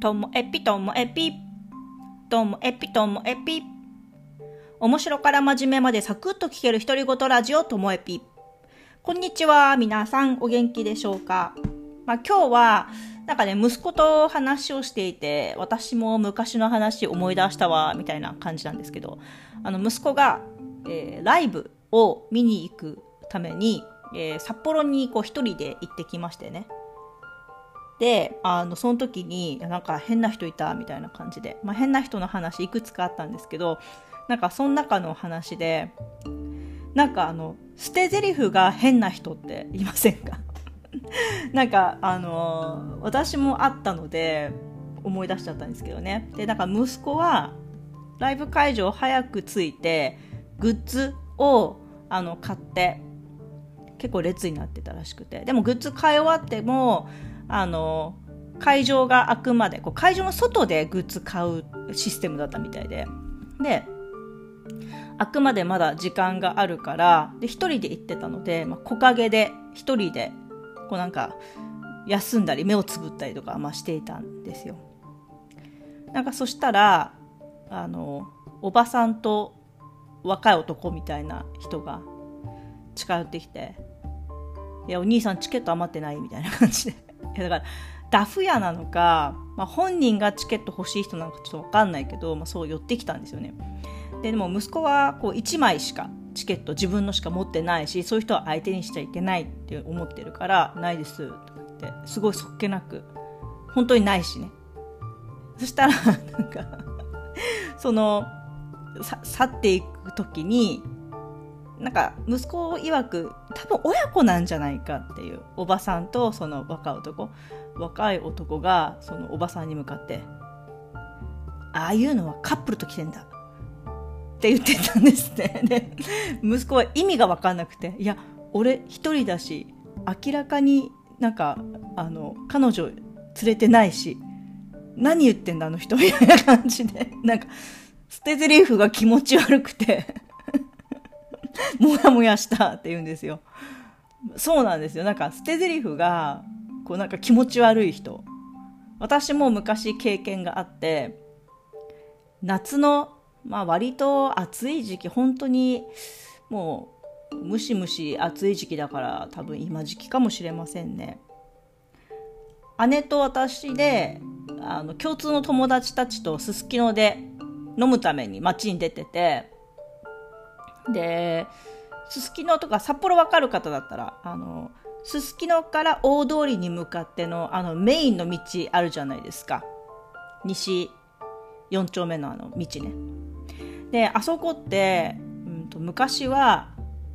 ともえぴともえぴともえぴともえぴ、面白から真面目までサクッと聞ける独り言ラジオともえぴ。こんにちは、皆さんお元気でしょうか。今日はなんかね、息子と話をしていて、私も昔の話思い出したわみたいな感じなんですけど、息子が、ライブを見に行くために、札幌に一人で行ってきましてね。で、その時になんか変な人いたみたいな感じで、変な人の話いくつかあったんですけど、なんかその中の話で、なんか捨て台詞が変な人っていませんか？なんか私もあったので思い出しちゃったんですけどね。で、なんか息子はライブ会場早く着いてグッズを買って結構列になってたらしくて、でもグッズ買い終わっても会場が開くまで会場の外でグッズ買うシステムだったみたいで、開くまでまだ時間があるからで一人で行ってたので、木陰で一人でなんか休んだり目をつぶったりとか、していたんですよ。なんかそしたらおばさんと若い男みたいな人が近寄ってきて、いやお兄さんチケット余ってないみたいな感じでいやだからダフ屋なのか、本人がチケット欲しい人なのかちょっと分かんないけど、そう寄ってきたんですよね。でも息子は1枚しかチケット自分のしか持ってないし、そういう人は相手にしちゃいけないって思ってるからないですとか言って、すごいそっけなく本当にないしね。そしたらなんか去っていく時になんか息子曰く多分親子なんじゃないかっていう、おばさんとその若い男がそのおばさんに向かって、ああいうのはカップルと来てんだって言ってたんですね。で、息子は意味が分かんなくて、いや俺一人だし明らかになんか彼女連れてないし何言ってんだあの人みたいな感じで、なんか捨て台詞が気持ち悪くてもやもやしたって言うんですよ。そうなんですよ。なんか捨て台詞がなんか気持ち悪い人、私も昔経験があって、夏の割と暑い時期、本当にもうムシムシ暑い時期だから、多分今時期かもしれませんね。姉と私で共通の友達たちとすすきので飲むために街に出てて、ですすきのとか札幌分かる方だったらすすきのから大通りに向かってのメインの道あるじゃないですか。西4丁目の道ね。であそこって、昔は、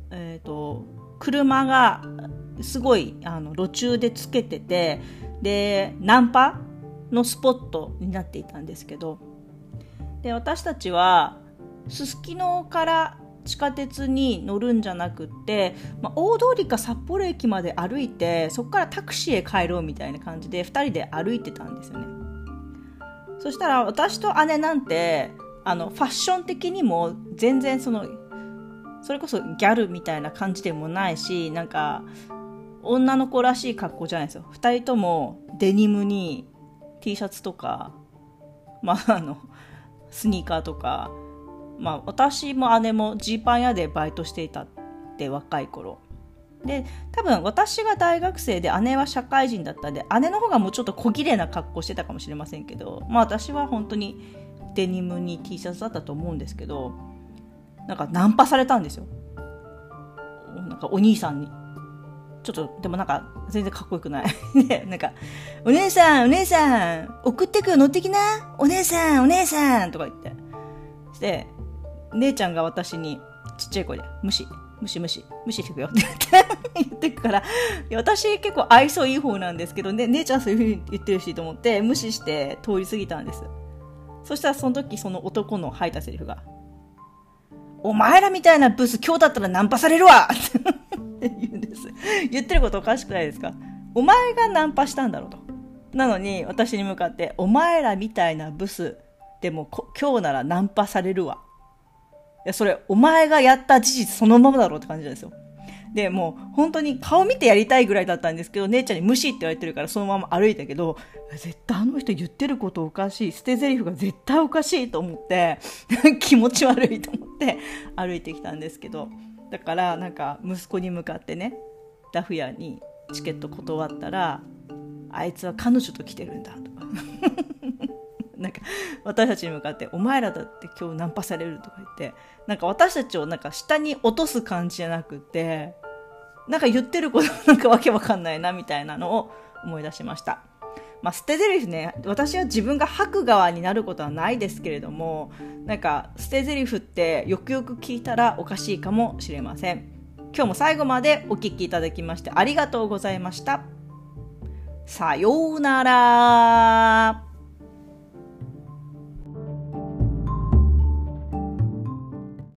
車がすごい路中でつけてて、でナンパのスポットになっていたんですけど、で私たちはすすきのから地下鉄に乗るんじゃなくって、大通りか札幌駅まで歩いて、そこからタクシーへ帰ろうみたいな感じで2人で歩いてたんですよね。そしたら私と姉なんてファッション的にも全然それこそギャルみたいな感じでもないし、なんか女の子らしい格好じゃないですよ。2人ともデニムに T シャツとか、スニーカーとか、私も姉もジーパン屋でバイトしていたって若い頃で、多分私が大学生で姉は社会人だったんで、姉の方がもうちょっと小綺麗な格好してたかもしれませんけど、私は本当にデニムに T シャツだったと思うんですけど、なんかナンパされたんですよ。なんかお兄さんにちょっと、でもなんか全然かっこよくないで、なんかお姉さん送ってく乗ってきな、お姉さんとか言って、で姉ちゃんが私にちっちゃい声で無視してくよって言ってくから、私結構愛想いい方なんですけどね、姉ちゃんそういう風に言ってるしと思って無視して通り過ぎたんです。そしたらその時その男の吐いたセリフが、お前らみたいなブス今日だったらナンパされるわって言うんです。言ってることおかしくないですか？お前がナンパしたんだろうと。なのに私に向かって、お前らみたいなブスでも今日ならナンパされるわ。いやそれお前がやった事実そのままだろうって感じなんですよ。 で、もう本当に顔見てやりたいぐらいだったんですけど、姉ちゃんに無視って言われてるからそのまま歩いたけど、絶対あの人言ってることおかしい、捨て台詞が絶対おかしいと思って気持ち悪いと思って歩いてきたんですけど、だからなんか息子に向かってね、ダフ屋にチケット断ったら、あいつは彼女と来てるんだとかなんか私たちに向かって、お前らだって今日ナンパされるとか言って、なんか私たちをなんか下に落とす感じじゃなくて、なんか言ってることなんかわけわかんないなみたいなのを思い出しました。捨て台詞ね、私は自分が吐く側になることはないですけれども、なんか捨て台詞ってよくよく聞いたらおかしいかもしれません。今日も最後までお聞きいただきましてありがとうございました。さようなら。